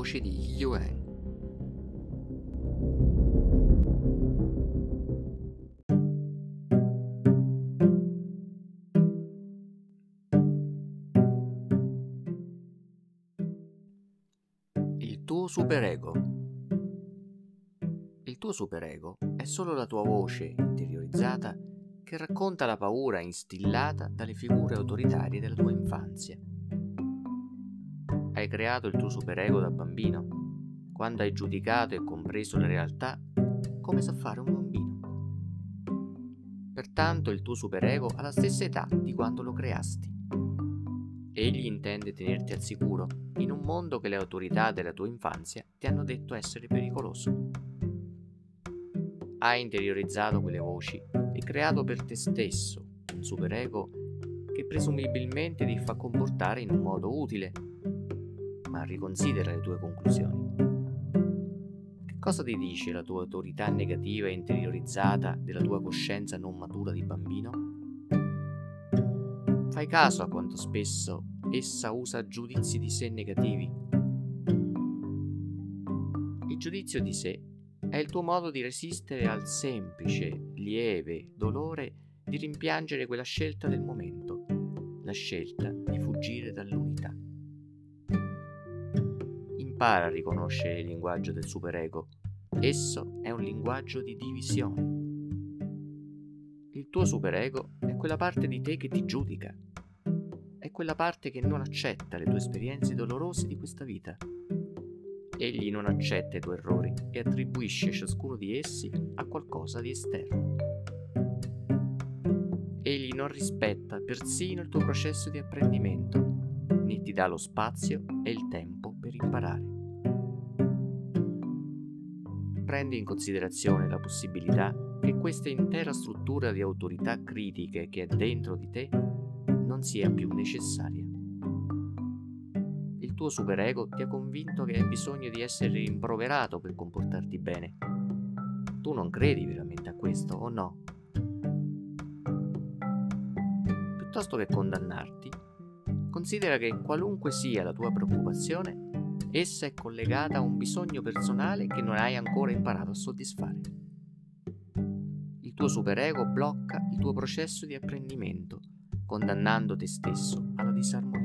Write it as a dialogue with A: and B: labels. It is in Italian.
A: voce di Yuan. Il tuo superego. Il tuo superego è solo la tua voce interiorizzata che racconta la paura instillata dalle figure autoritarie della tua infanzia. Hai creato il tuo superego da bambino, quando hai giudicato e compreso la realtà come sa fare un bambino. Pertanto il tuo superego ha la stessa età di quando lo creasti. Egli intende tenerti al sicuro in un mondo che le autorità della tua infanzia ti hanno detto essere pericoloso. Hai interiorizzato quelle voci e creato per te stesso un superego che presumibilmente ti fa comportare in un modo utile, ma riconsidera le tue conclusioni. Che cosa ti dice la tua autorità negativa e interiorizzata della tua coscienza non matura di bambino? Fai caso a quanto spesso essa usa giudizi di sé negativi. Il giudizio di sé è il tuo modo di resistere al semplice, lieve dolore di rimpiangere quella scelta del momento, la scelta di fuggire dall'unità. Impara a riconoscere il linguaggio del superego. Esso è un linguaggio di divisione. Il tuo superego è quella parte di te che ti giudica. È quella parte che non accetta le tue esperienze dolorose di questa vita. Egli non accetta i tuoi errori e attribuisce ciascuno di essi a qualcosa di esterno. Egli non rispetta persino il tuo processo di apprendimento, né ti dà lo spazio e il tempo per imparare. Prendi in considerazione la possibilità che questa intera struttura di autorità critiche che è dentro di te non sia più necessaria. Il tuo superego ti ha convinto che hai bisogno di essere rimproverato per comportarti bene. Tu non credi veramente a questo, o no? Piuttosto che condannarti, considera che qualunque sia la tua preoccupazione, essa è collegata a un bisogno personale che non hai ancora imparato a soddisfare. Il tuo superego blocca il tuo processo di apprendimento, condannando te stesso alla disarmonia.